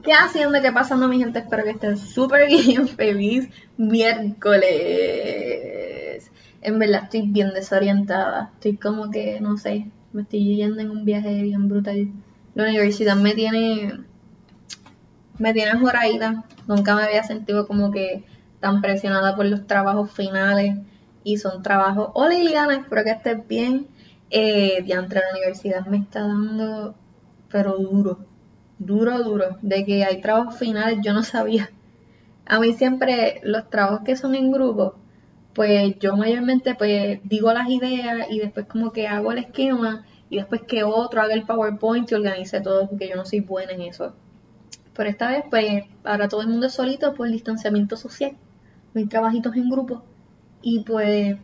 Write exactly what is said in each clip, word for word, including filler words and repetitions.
¿Qué haciendo? ¿Qué pasando, mi gente? Espero que estén súper bien. Feliz miércoles. En verdad estoy bien desorientada. Estoy como que, no sé, me estoy yendo en un viaje bien brutal. La universidad me tiene, me tiene joraída. Nunca me había sentido como que tan presionada por los trabajos finales. Y son trabajos. Hola Liliana, espero que estés bien. Eh, diantre, la universidad me está dando, pero duro. Duro, duro, de que hay trabajos finales, yo no sabía. A mí siempre los trabajos que son en grupo, pues yo mayormente pues digo las ideas y después como que hago el esquema y después que otro haga el PowerPoint y organice todo, porque yo no soy buena en eso. Pero esta vez pues ahora todo el mundo es solito por el distanciamiento social, no hay trabajitos en grupo y pues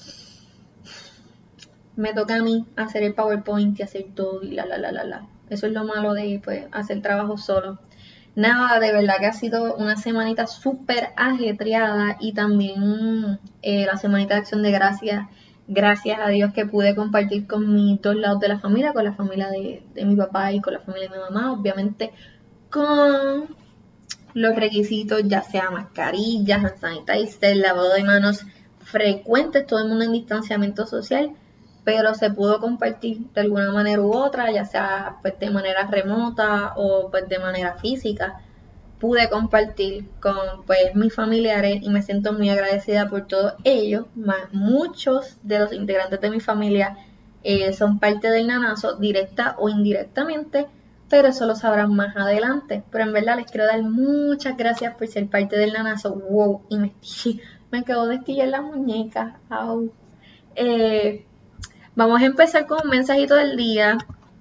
me toca a mí hacer el PowerPoint y hacer todo y la la la la la. Eso es lo malo de pues hacer trabajo solo. Nada, de verdad que ha sido una semanita súper ajetreada y también eh, la semanita de Acción de Gracias. Gracias a Dios que pude compartir con mis dos lados de la familia, con la familia de, de mi papá y con la familia de mi mamá, obviamente con los requisitos, ya sea mascarillas, hand sanitizer, lavado de manos frecuentes, todo el mundo en distanciamiento social, pero se pudo compartir de alguna manera u otra, ya sea pues de manera remota o pues de manera física. Pude compartir con pues mis familiares y me siento muy agradecida por todo ello. Muchos de los integrantes de mi familia eh, son parte del nanazo, directa o indirectamente, pero eso lo sabrán más adelante. Pero en verdad les quiero dar muchas gracias por ser parte del nanazo. Wow, y me, me quedó de estillar la muñeca. Au. Eh, vamos a empezar con un mensajito del día.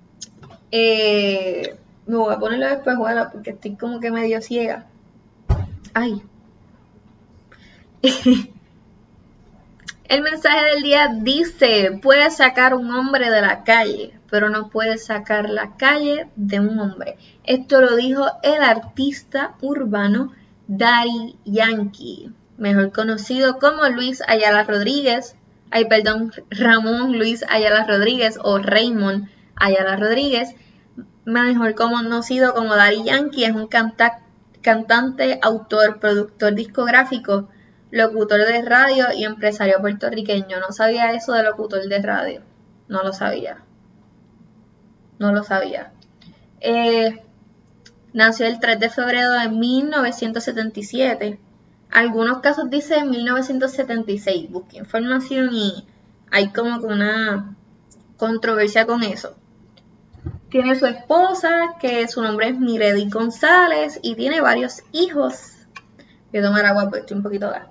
Eh, me voy a poner los espejuelos porque estoy como que medio ciega. Ay. El mensaje del día dice: puedes sacar un hombre de la calle, pero no puedes sacar la calle de un hombre. Esto lo dijo el artista urbano Daddy Yankee, mejor conocido como Luis Ayala Rodríguez. Ay, perdón, Ramón Luis Ayala Rodríguez o Raymond Ayala Rodríguez, mejor conocido como Daddy Yankee. Es un canta cantante, autor, productor discográfico, locutor de radio y empresario puertorriqueño. No sabía eso de locutor de radio. No lo sabía. No lo sabía. Eh, nació el tres de febrero de mil novecientos setenta y siete. Algunos casos dicen mil novecientos setenta y seis. Busqué información y hay como que una controversia con eso. Tiene su esposa, que su nombre es Miredi González, y tiene varios hijos. Voy a tomar agua porque estoy un poquito gas.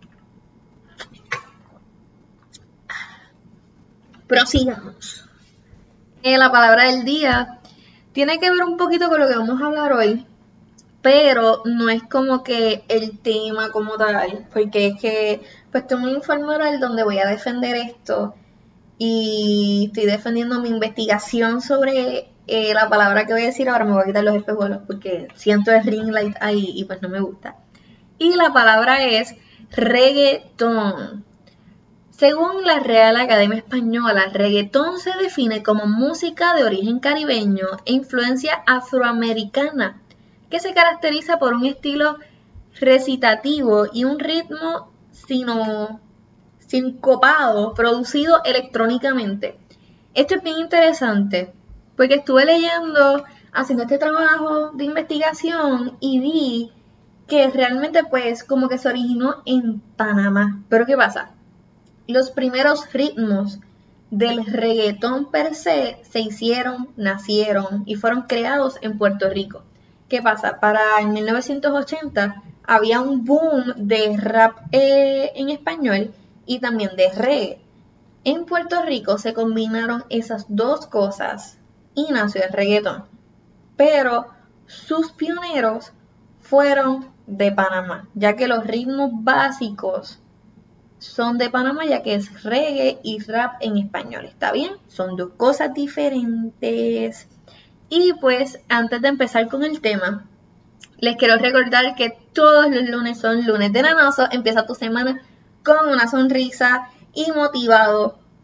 Prosigamos. Eh, la palabra del día tiene que ver un poquito con lo que vamos a hablar hoy, pero no es como que el tema como tal, porque es que pues tengo un informe oral donde voy a defender esto y estoy defendiendo mi investigación sobre eh, la palabra que voy a decir. Ahora me voy a quitar los espejuelos porque siento el ring light ahí y pues no me gusta. Y la palabra es reggaetón. Según la Real Academia Española, reggaetón se define como música de origen caribeño e influencia afroamericana, que se caracteriza por un estilo recitativo y un ritmo sino, sincopado producido electrónicamente. Esto es bien interesante porque estuve leyendo, haciendo este trabajo de investigación y vi que realmente pues como que se originó en Panamá. Pero ¿qué pasa? Los primeros ritmos del reggaetón per se se hicieron, nacieron y fueron creados en Puerto Rico. ¿Qué pasa? Para en mil novecientos ochenta había un boom de rap eh, en español y también de reggae. En Puerto Rico se combinaron esas dos cosas y nació el reggaetón. Pero sus pioneros fueron de Panamá, ya que los ritmos básicos son de Panamá, ya que es reggae y rap en español. ¿Está bien? Son dos cosas diferentes. Y pues antes de empezar con el tema, les quiero recordar que todos los lunes son lunes de nanazo. Empieza tu semana con una sonrisa y motivado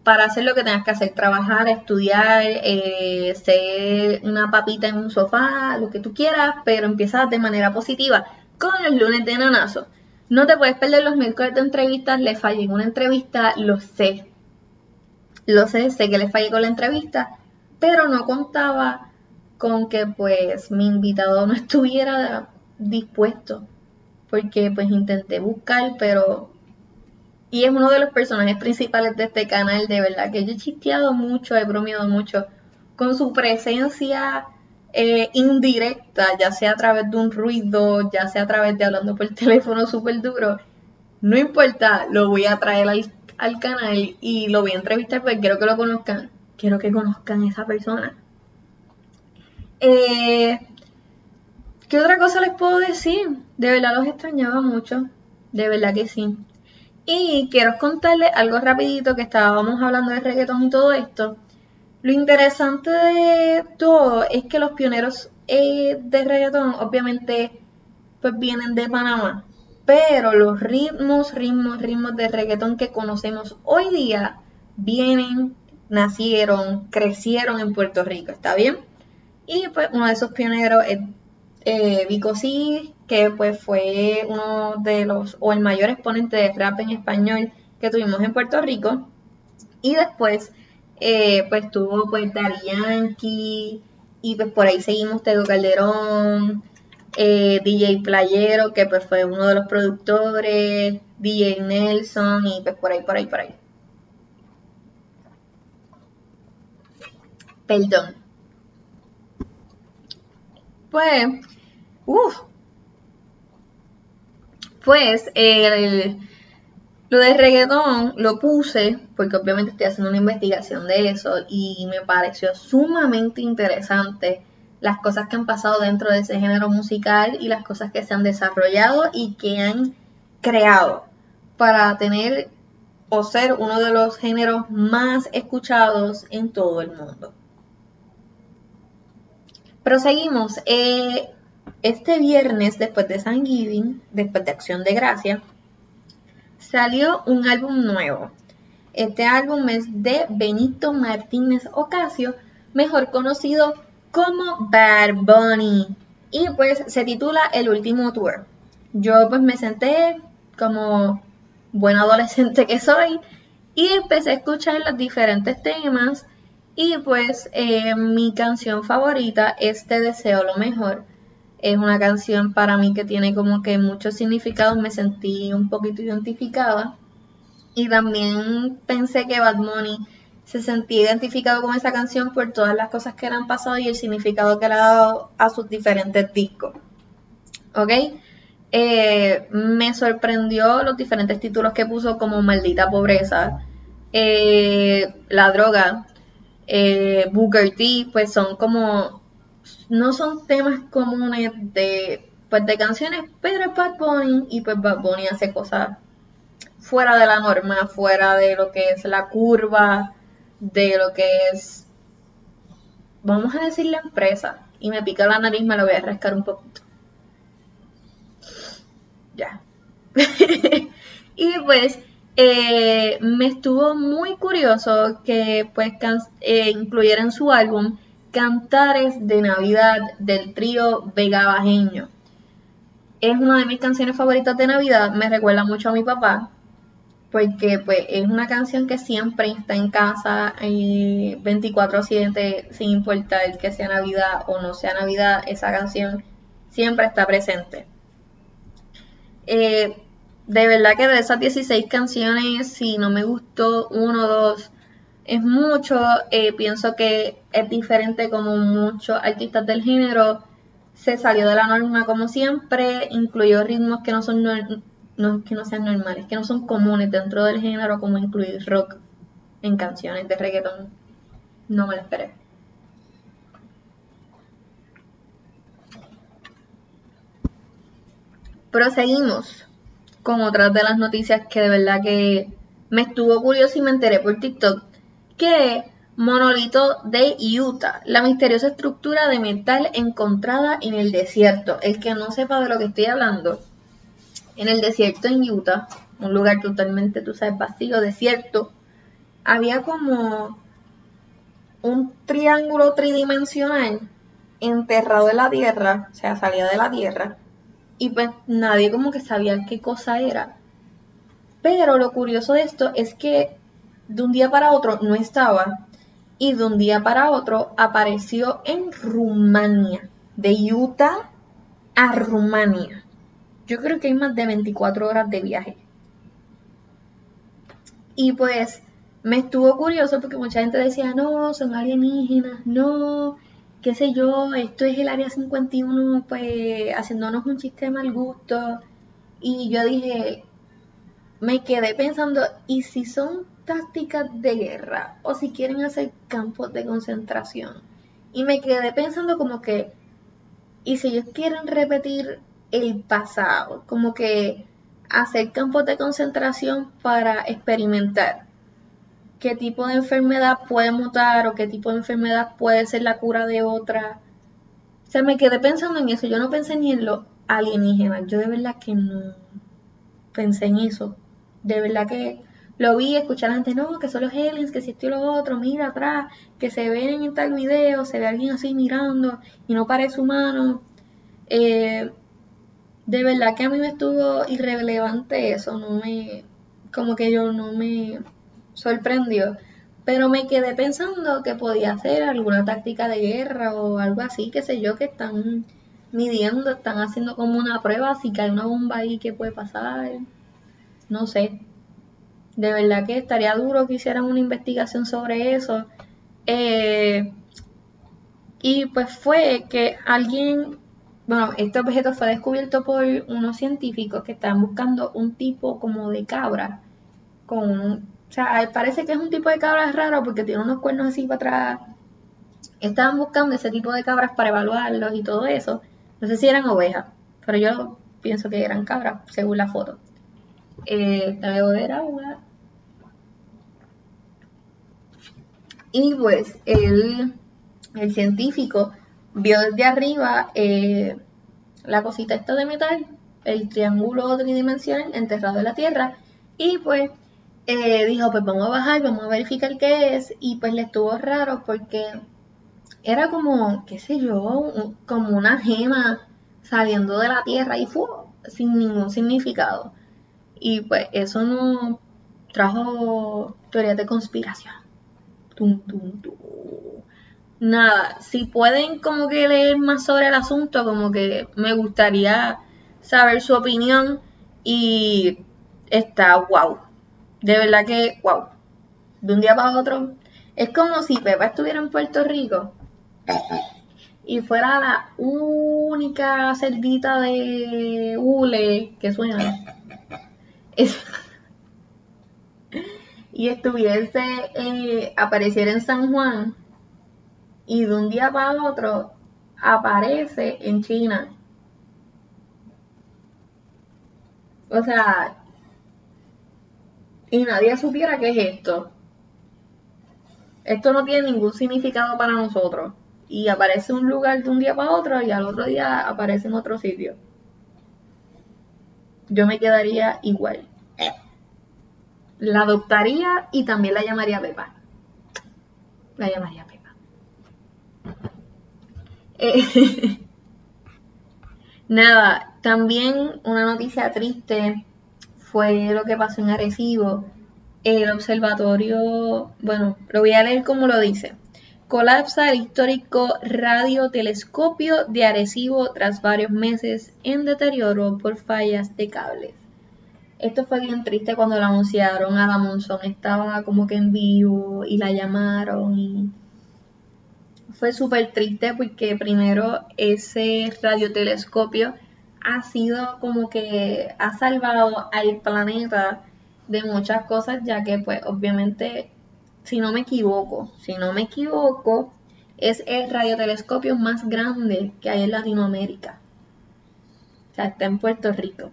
para hacer lo que tengas que hacer, trabajar, estudiar, eh, ser una papita en un sofá, lo que tú quieras, pero empieza de manera positiva con los lunes de nanazo. No te puedes perder los miércoles de entrevistas, le fallé en una entrevista, lo sé, lo sé, sé que le fallé con la entrevista, pero no contaba con que pues mi invitado no estuviera dispuesto, porque pues intenté buscar, pero... Y es uno de los personajes principales de este canal, de verdad que yo he chisteado mucho, he bromeado mucho con su presencia eh, indirecta, ya sea a través de un ruido, ya sea a través de hablando por teléfono súper duro. No importa, lo voy a traer al, al canal y lo voy a entrevistar porque quiero que lo conozcan, quiero que conozcan a esa persona. Eh, ¿Qué otra cosa les puedo decir? De verdad los extrañaba mucho, de verdad que sí. Y quiero contarles algo rapidito que estábamos hablando de reggaetón y todo esto. Lo interesante de todo es que los pioneros eh, de reggaetón obviamente pues vienen de Panamá. Pero los ritmos, ritmos, ritmos de reggaetón que conocemos hoy día vienen, nacieron, crecieron en Puerto Rico, ¿está bien? Y pues uno de esos pioneros es eh, Vico C, que pues fue uno de los, o el mayor exponente de rap en español que tuvimos en Puerto Rico. Y después, eh, pues tuvo pues Daddy Yankee, y pues por ahí seguimos Tego Calderón, eh, D J Playero, que pues fue uno de los productores, D J Nelson, y pues por ahí, por ahí, por ahí. Perdón. Pues, uff, pues el, lo de reggaetón lo puse porque obviamente estoy haciendo una investigación de eso y me pareció sumamente interesante las cosas que han pasado dentro de ese género musical y las cosas que se han desarrollado y que han creado para tener o ser uno de los géneros más escuchados en todo el mundo. Proseguimos. Eh, este viernes, después de Thanksgiving, después de Acción de Gracia, salió un álbum nuevo. Este álbum es de Benito Martínez Ocasio, mejor conocido como Bad Bunny. Y pues se titula El Último Tour. Yo pues me senté como buen adolescente que soy y empecé a escuchar los diferentes temas. Y pues eh, mi canción favorita es Te Deseo Lo Mejor. Es una canción para mí que tiene como que muchos significados, me sentí un poquito identificada. Y también pensé que Bad Bunny se sentía identificado con esa canción por todas las cosas que le han pasado y el significado que le ha dado a sus diferentes discos. ¿Ok? Eh, me sorprendió los diferentes títulos que puso como Maldita Pobreza, eh, La Droga, eh, Booker T, pues son como, no son temas comunes de, pues de canciones, pero es Bad Bunny y pues Bad Bunny hace cosas fuera de la norma, fuera de lo que es la curva, de lo que es, vamos a decir la empresa, y me pica la nariz, me la voy a rascar un poquito. Ya. Y pues eh, me estuvo muy curioso que pues eh, incluyera en su álbum Cantares de Navidad del trío Vega Bajeño. Es una de mis canciones favoritas de Navidad, me recuerda mucho a mi papá, porque pues es una canción que siempre está en casa eh, veinticuatro siete, sin importar que sea Navidad o no sea Navidad, esa canción siempre está presente. Eh, de verdad que de esas dieciséis canciones, si no me gustó uno o dos, es mucho. Eh, pienso que es diferente como muchos artistas del género. Se salió de la norma como siempre, incluyó ritmos que no son no, no, que no sean normales, que no son comunes dentro del género, como incluir rock en canciones de reggaeton. No me lo esperé. Proseguimos con otras de las noticias que de verdad que me estuvo curioso y me enteré por TikTok, que monolito de Utah, la misteriosa estructura de metal encontrada en el desierto. El que no sepa de lo que estoy hablando, en el desierto en Utah, un lugar totalmente, tú sabes, vacío, desierto, había como un triángulo tridimensional enterrado en la tierra, o sea, salía de la tierra, y pues nadie como que sabía qué cosa era. Pero lo curioso de esto es que de un día para otro no estaba, y de un día para otro apareció en Rumania, de Utah a Rumania. Yo creo que hay más de veinticuatro horas de viaje. Y pues me estuvo curioso porque mucha gente decía, no, son alienígenas, no, qué sé yo, esto es el área cincuenta y uno, pues haciéndonos un chiste de mal gusto. Y yo dije, me quedé pensando, ¿y si son tácticas de guerra? O si quieren hacer campos de concentración. Y me quedé pensando como que, ¿y si ellos quieren repetir el pasado? Como que hacer campos de concentración para experimentar qué tipo de enfermedad puede mutar o qué tipo de enfermedad puede ser la cura de otra. O sea, me quedé pensando en eso. Yo no pensé ni en lo alienígena. Yo de verdad que no pensé en eso. De verdad que lo vi, escuché a la gente, no, que son los aliens, que si esto y lo otro, mira atrás, que se ven en tal video, se ve alguien así mirando y no parece humano. Eh, de verdad que a mí me estuvo irrelevante eso, no me, como que yo no me sorprendió, pero me quedé pensando que podía ser alguna táctica de guerra o algo así, qué sé yo, que están midiendo, están haciendo como una prueba, si cae una bomba ahí, ¿qué puede pasar? No sé, de verdad que estaría duro que hicieran una investigación sobre eso. Eh, y pues fue que alguien, bueno, este objeto fue descubierto por unos científicos que estaban buscando un tipo como de cabra, con, o sea, parece que es un tipo de cabra raro porque tiene unos cuernos así para atrás. Estaban buscando ese tipo de cabras para evaluarlos y todo eso. No sé si eran ovejas, pero yo pienso que eran cabras, según la foto. Eh, la debo ver agua. Y pues él, el científico, vio desde arriba eh, la cosita esta de metal, el triángulo tridimensional enterrado en la tierra, y pues eh, dijo, pues vamos a bajar, vamos a verificar qué es, y pues le estuvo raro porque era como, qué sé yo, un, como una gema saliendo de la tierra y fue sin ningún significado. Y pues eso no trajo teorías de conspiración. Tum, tum, tum. Nada, si pueden como que leer más sobre el asunto, como que me gustaría saber su opinión y está wow. De verdad que wow. De un día para otro. Es como si Pepa estuviera en Puerto Rico y fuera la única cerdita de hule que suena. Es, y estuviese, eh, apareciera en San Juan y de un día para otro aparece en China. O sea, y nadie supiera qué es esto. Esto no tiene ningún significado para nosotros. Y aparece en un lugar de un día para otro y al otro día aparece en otro sitio. Yo me quedaría igual. La adoptaría y también la llamaría Pepa. La llamaría Pepa. Eh, Nada, también una noticia triste fue lo que pasó en Arecibo. El observatorio, bueno, lo voy a leer como lo dice. Colapsa el histórico radiotelescopio de Arecibo tras varios meses en deterioro por fallas de cables. Esto fue bien triste cuando lo anunciaron. Ada Monzón estaba como que en vivo y la llamaron y fue súper triste porque primero ese radiotelescopio ha sido como que ha salvado al planeta de muchas cosas, ya que pues obviamente, si no me equivoco, si no me equivoco, es el radiotelescopio más grande que hay en Latinoamérica. O sea, está en Puerto Rico.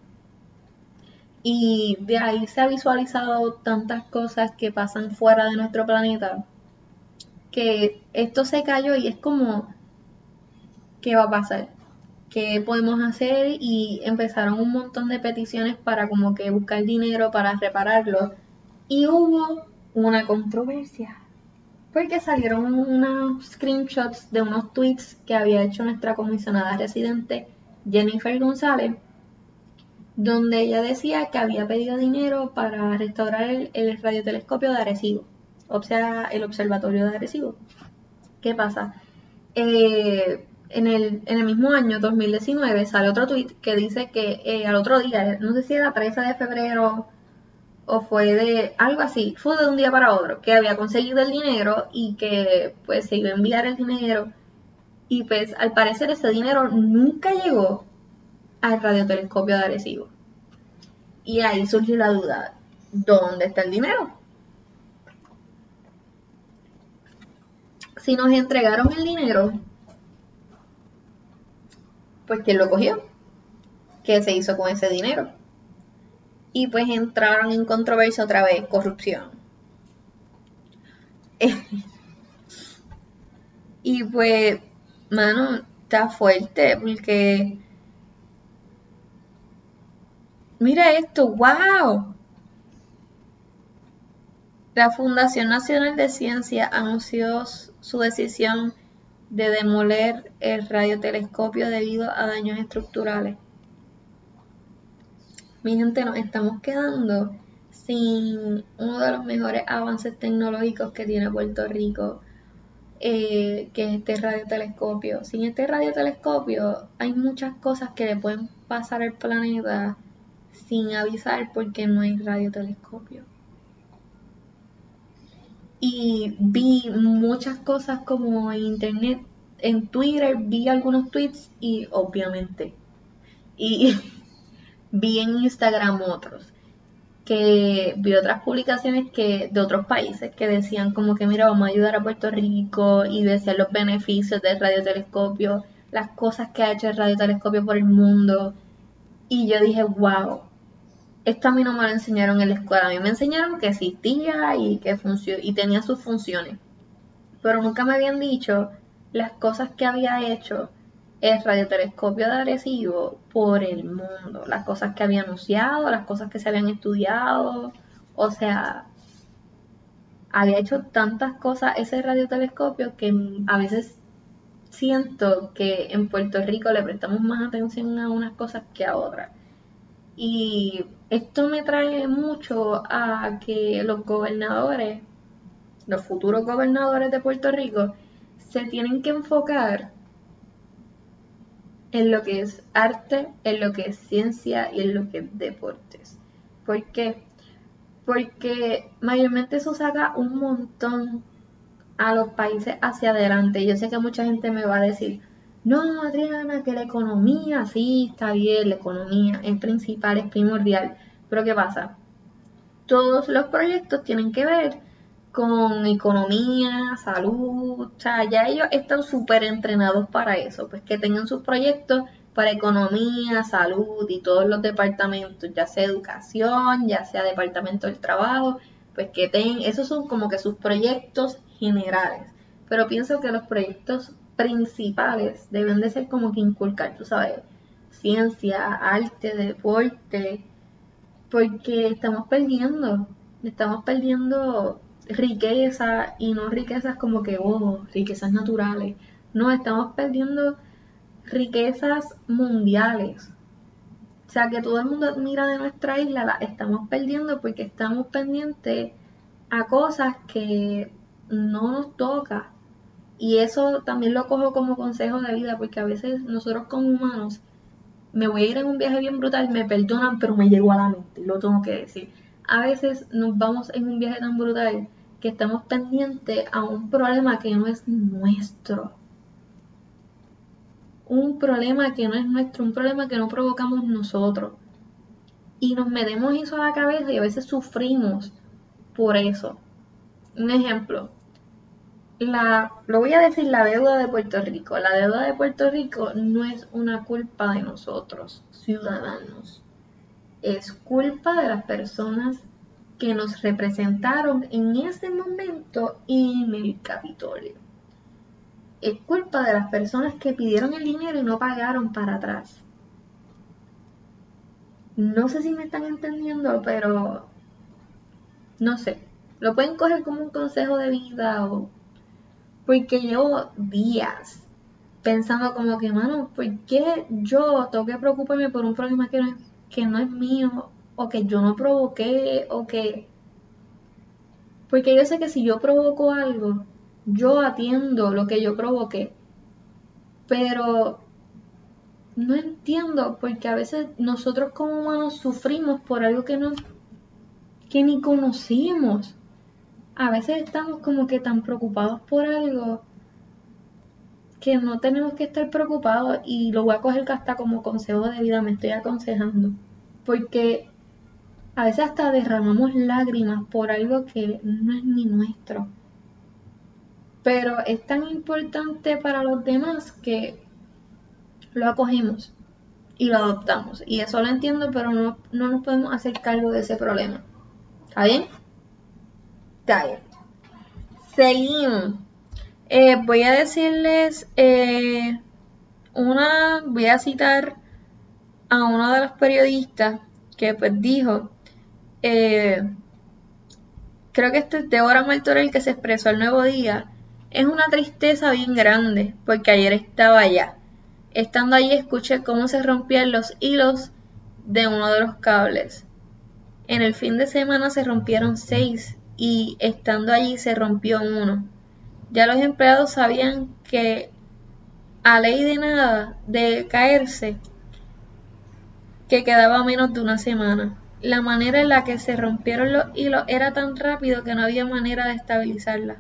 Y de ahí se ha visualizado tantas cosas que pasan fuera de nuestro planeta, que esto se cayó y es como, ¿qué va a pasar? ¿Qué podemos hacer? Y empezaron un montón de peticiones para como que buscar dinero para repararlo. Y hubo una controversia. Porque salieron unos screenshots de unos tweets que había hecho nuestra comisionada residente Jennifer González, donde ella decía que había pedido dinero para restaurar el, el radiotelescopio de Arecibo, o sea, el observatorio de Arecibo. ¿Qué pasa? Eh, en, el, en el mismo año, dos mil diecinueve, sale otro tweet que dice que eh, al otro día, no sé si era trece de febrero o fue de algo así, fue de un día para otro, que había conseguido el dinero y que pues se iba a enviar el dinero y pues al parecer ese dinero nunca llegó al radiotelescopio de Arecibo. Y ahí surgió la duda, ¿dónde está el dinero? Si nos entregaron el dinero, pues ¿quién lo cogió? ¿Qué se hizo con ese dinero? Y pues entraron en controversia otra vez, corrupción. Y pues, mano, está fuerte porque mira esto, wow. La Fundación Nacional de Ciencia anunció su decisión de demoler el radiotelescopio debido a daños estructurales. Mi gente, nos estamos quedando sin uno de los mejores avances tecnológicos que tiene Puerto Rico, eh, que es este radiotelescopio. Sin este radiotelescopio hay muchas cosas que le pueden pasar al planeta sin avisar porque no hay radiotelescopio. Y vi muchas cosas como en internet, en Twitter vi algunos tweets y obviamente, y vi en Instagram otros, que vi otras publicaciones que de otros países que decían como que mira, vamos a ayudar a Puerto Rico y decían los beneficios del radiotelescopio, las cosas que ha hecho el radiotelescopio por el mundo. Y yo dije, wow, esto a mí no me lo enseñaron en la escuela, a mí me enseñaron que existía y que funcionó y tenía sus funciones, pero nunca me habían dicho las cosas que había hecho el radiotelescopio de Arecibo por el mundo, las cosas que había anunciado, las cosas que se habían estudiado, o sea, había hecho tantas cosas ese radiotelescopio que a veces siento que en Puerto Rico le prestamos más atención a unas cosas que a otras. Y esto me trae mucho a que los gobernadores, los futuros gobernadores de Puerto Rico, se tienen que enfocar en lo que es arte, en lo que es ciencia y en lo que es deportes. ¿Por qué? Porque mayormente eso saca un montón a los países hacia adelante. Yo sé que mucha gente me va a decir, no, Adriana, que la economía, sí, está bien, la economía es principal, es primordial. Pero ¿qué pasa? Todos los proyectos tienen que ver con economía, salud, o sea, ya ellos están súper entrenados para eso, pues que tengan sus proyectos para economía, salud y todos los departamentos, ya sea educación, ya sea departamento del trabajo, pues que tengan, esos son como que sus proyectos generales, pero pienso que los proyectos principales deben de ser como que inculcar, tú sabes, ciencia, arte, deporte, porque estamos perdiendo, estamos perdiendo riqueza y no riquezas como que, oh, riquezas naturales, no, estamos perdiendo riquezas mundiales. O sea, que todo el mundo admira de nuestra isla, la estamos perdiendo porque estamos pendientes a cosas que no nos toca. Y eso también lo cojo como consejo de vida, porque a veces nosotros como humanos, me voy a ir en un viaje bien brutal, me perdonan, pero me llegó a la mente, y lo tengo que decir. A veces nos vamos en un viaje tan brutal que estamos pendientes a un problema que no es nuestro. Un problema que no es nuestro, un problema que no provocamos nosotros. Y nos metemos eso a la cabeza y a veces sufrimos por eso. Un ejemplo, la, lo voy a decir, la deuda de Puerto Rico. La deuda de Puerto Rico no es una culpa de nosotros, ciudadanos. Es culpa de las personas que nos representaron en ese momento en el Capitolio. Es culpa de las personas que pidieron el dinero y no pagaron para atrás. No sé si me están entendiendo, pero no sé. Lo pueden coger como un consejo de vida o... Porque llevo días pensando como que, mano, ¿por qué yo tengo que preocuparme por un problema que no es, que no es mío? O que yo no provoqué, o que... Porque yo sé que si yo provoco algo, yo atiendo lo que yo provoqué. Pero no entiendo, porque a veces nosotros como humanos sufrimos por algo que no, que ni conocimos. A veces estamos como que tan preocupados por algo que no tenemos que estar preocupados, y lo voy a coger hasta como consejo de vida, me estoy aconsejando. Porque a veces hasta derramamos lágrimas por algo que no es ni nuestro. Pero es tan importante para los demás que lo acogemos y lo adoptamos. Y eso lo entiendo, pero no, no nos podemos hacer cargo de ese problema. ¿Está bien? Está bien. Seguimos. Eh, voy a decirles eh, una, voy a citar a uno de los periodistas que pues dijo, eh, creo que este es Débora Martorell, que se expresó al Nuevo Día: es una tristeza bien grande, porque ayer estaba allá. Estando allí escuché cómo se rompían los hilos de uno de los cables. En el fin de semana se rompieron seis y estando allí se rompió uno. Ya los empleados sabían que a ley de nada de caerse, que quedaba menos de una semana. La manera en la que se rompieron los hilos era tan rápido que no había manera de estabilizarla.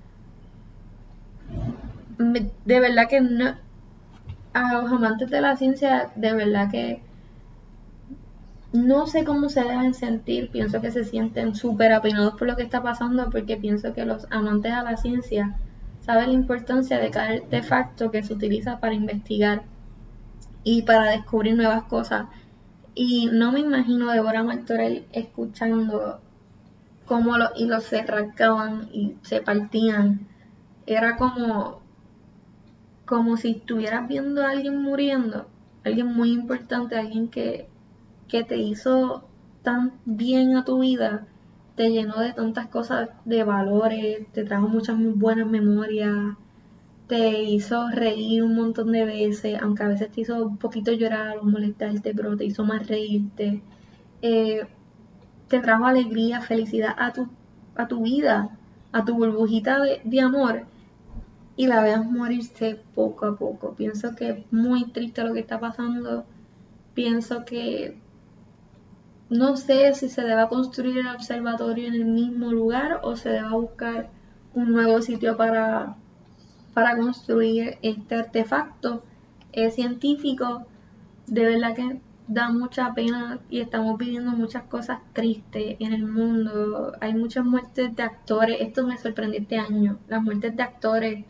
De verdad que no, a los amantes de la ciencia, de verdad que no sé cómo se dejan sentir. Pienso que se sienten súper apenados por lo que está pasando, porque pienso que los amantes a la ciencia saben la importancia de cada artefacto que se utiliza para investigar y para descubrir nuevas cosas. Y no me imagino a Débora Martorell escuchando cómo los hilos se rasgaban y se partían. Era como, como si estuvieras viendo a alguien muriendo, alguien muy importante, alguien que, que te hizo tan bien a tu vida, te llenó de tantas cosas, de valores, te trajo muchas muy buenas memorias, te hizo reír un montón de veces, aunque a veces te hizo un poquito llorar o molestarte, pero te hizo más reírte. Eh, te trajo alegría, felicidad a tu, a tu vida, a tu burbujita de, de amor, y la veas morirse poco a poco. Pienso que es muy triste lo que está pasando. Pienso que no sé si se deba construir el observatorio en el mismo lugar o se deba buscar un nuevo sitio para, para construir este artefacto. Es científico, de verdad que da mucha pena y estamos viviendo muchas cosas tristes en el mundo. Hay muchas muertes de actores. Esto me sorprendió este año. Las muertes de actores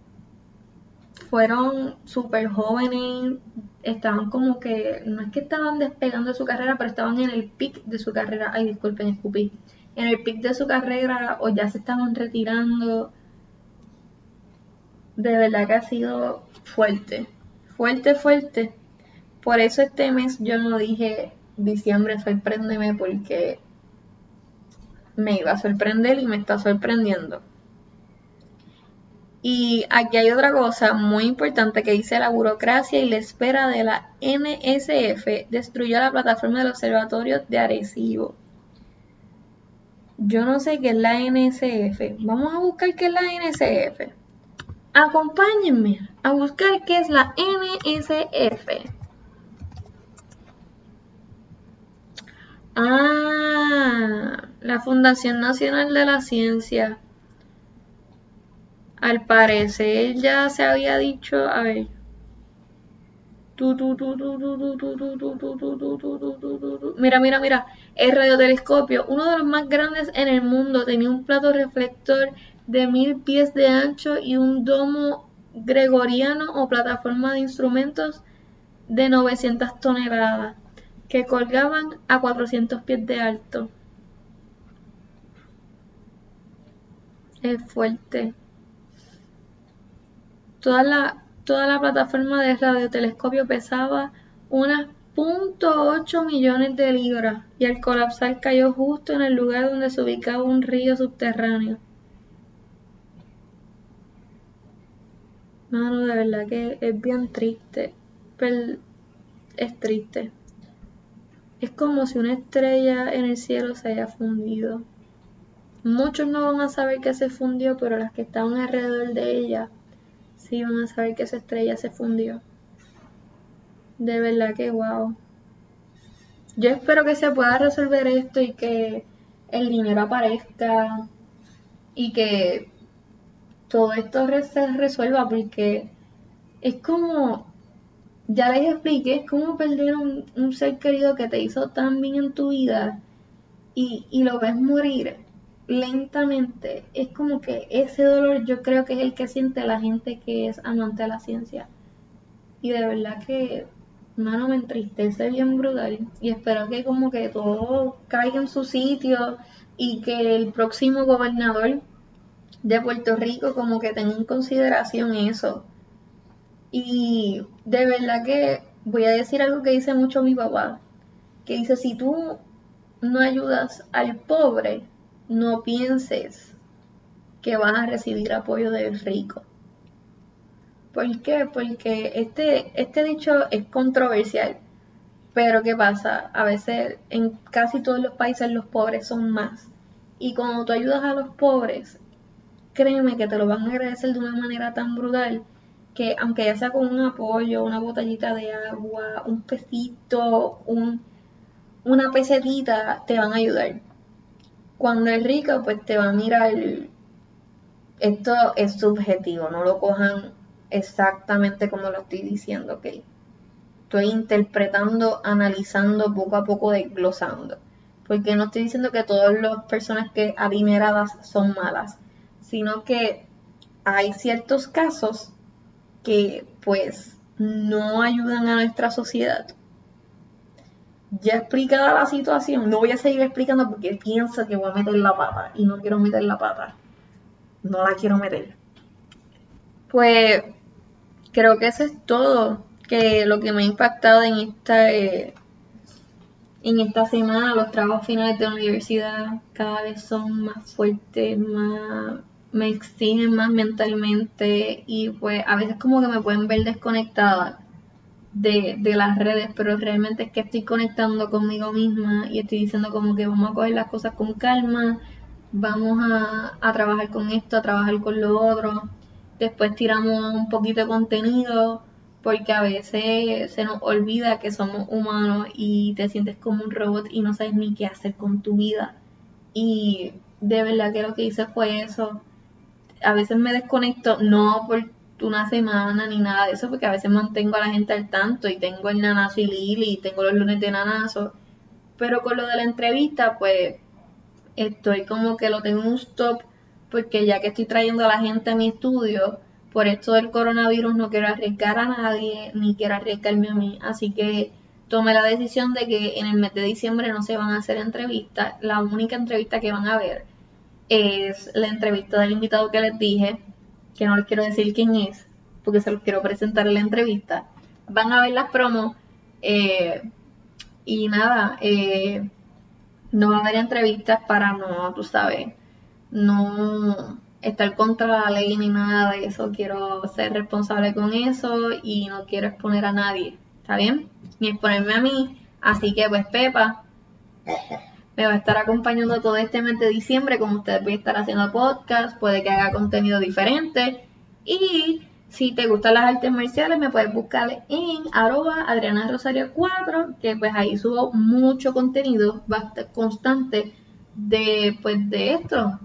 fueron súper jóvenes, estaban como que, no es que estaban despegando de su carrera, pero estaban en el pic de su carrera. Ay, disculpen, escupí. En el pic de su carrera o ya se estaban retirando. De verdad que ha sido fuerte, fuerte, fuerte. Por eso este mes yo no dije diciembre sorpréndeme, porque me iba a sorprender y me está sorprendiendo. Y aquí hay otra cosa muy importante que dice: la burocracia y la espera de la N S F destruyó la plataforma del observatorio de Arecibo. Yo no sé qué es la N S F. Vamos a buscar qué es la N S F. Acompáñenme a buscar qué es la N S F. Ah, la Fundación Nacional de la Ciencia. Al parecer ya se había dicho, a ver. Mira, mira, mira. El radiotelescopio, uno de los más grandes en el mundo, tenía un plato reflector de mil pies de ancho y un domo gregoriano o plataforma de instrumentos de novecientas toneladas que colgaban a cuatrocientos pies de alto. Es fuerte. Toda la, toda la plataforma de radiotelescopio pesaba unas punto ocho millones de libras y al colapsar cayó justo en el lugar donde se ubicaba un río subterráneo. Mano, de verdad que es bien triste, pero es triste. Es como si una estrella en el cielo se haya fundido. Muchos no van a saber que se fundió, pero las que estaban alrededor de ella sí van a saber que esa estrella se fundió. De verdad que wow. Yo espero que se pueda resolver esto y que el dinero aparezca y que todo esto se resuelva, porque es como, ya les expliqué, es como perder un, un ser querido que te hizo tan bien en tu vida y, y lo ves morir lentamente. Es como que ese dolor yo creo que es el que siente la gente que es amante de la ciencia. Y de verdad que, mano, me entristece bien brutal. Y espero que como que todo caiga en su sitio y que el próximo gobernador de Puerto Rico como que tenga en consideración eso. Y de verdad que voy a decir algo que dice mucho mi papá, que dice, si tú no ayudas al pobre, no pienses que vas a recibir apoyo del rico. ¿Por qué? Porque este, este dicho es controversial, pero ¿qué pasa? A veces en casi todos los países los pobres son más. Y cuando tú ayudas a los pobres, créeme que te lo van a agradecer de una manera tan brutal que aunque ya sea con un apoyo, una botellita de agua, un pesito, un, una pesetita, te van a ayudar. Cuando es rico, pues te va a mirar. Esto es subjetivo, no lo cojan exactamente como lo estoy diciendo, ¿ok? Estoy interpretando, analizando, poco a poco desglosando. Porque no estoy diciendo que todas las personas que adineradas son malas, sino que hay ciertos casos que pues no ayudan a nuestra sociedad. Ya explicada la situación, no voy a seguir explicando porque pienso que voy a meter la pata y no quiero meter la pata. No la quiero meter. Pues creo que eso es todo, que lo que me ha impactado en esta, eh, en esta semana, los trabajos finales de la universidad cada vez son más fuertes, más, me exigen más mentalmente y pues a veces como que me pueden ver desconectada de, de las redes, pero realmente es que estoy conectando conmigo misma y estoy diciendo como que vamos a coger las cosas con calma, vamos a, a trabajar con esto, a trabajar con lo otro. Después tiramos un poquito de contenido porque a veces se nos olvida que somos humanos y te sientes como un robot y no sabes ni qué hacer con tu vida. Y de verdad que lo que hice fue eso. A veces me desconecto, no por una semana ni nada de eso, porque a veces mantengo a la gente al tanto y tengo el nanazo y Lili y tengo los lunes de nanazo. Pero con lo de la entrevista, pues estoy como que lo tengo un stop porque ya que estoy trayendo a la gente a mi estudio, por esto del coronavirus no quiero arriesgar a nadie, ni quiero arriesgarme a mí, así que tomé la decisión de que en el mes de diciembre no se van a hacer entrevistas, la única entrevista que van a ver es la entrevista del invitado que les dije, que no les quiero decir quién es, porque se los quiero presentar en la entrevista, van a ver las promos, eh, y nada, eh, no va a haber entrevistas para no, tú sabes, no estar contra la ley ni nada de eso. Quiero ser responsable con eso y no quiero exponer a nadie, ¿está bien? Ni exponerme a mí. Así que pues Pepa me va a estar acompañando todo este mes de diciembre. Como ustedes voy a estar haciendo podcast, puede que haga contenido diferente. Y si te gustan las artes marciales, me puedes buscar en arroba Adriana Rosario cuatro, que pues ahí subo mucho contenido bastante constante de pues de esto,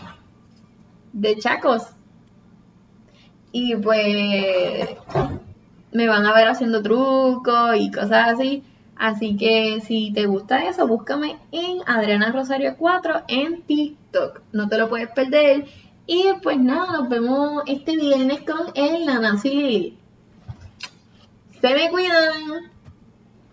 de chacos. Y pues me van a ver haciendo trucos y cosas así. Así que si te gusta eso, búscame en Adriana Rosario cuatro en TikTok. No te lo puedes perder. Y pues nada, nos vemos este viernes con el Nanazo y Lili. Se me cuidan.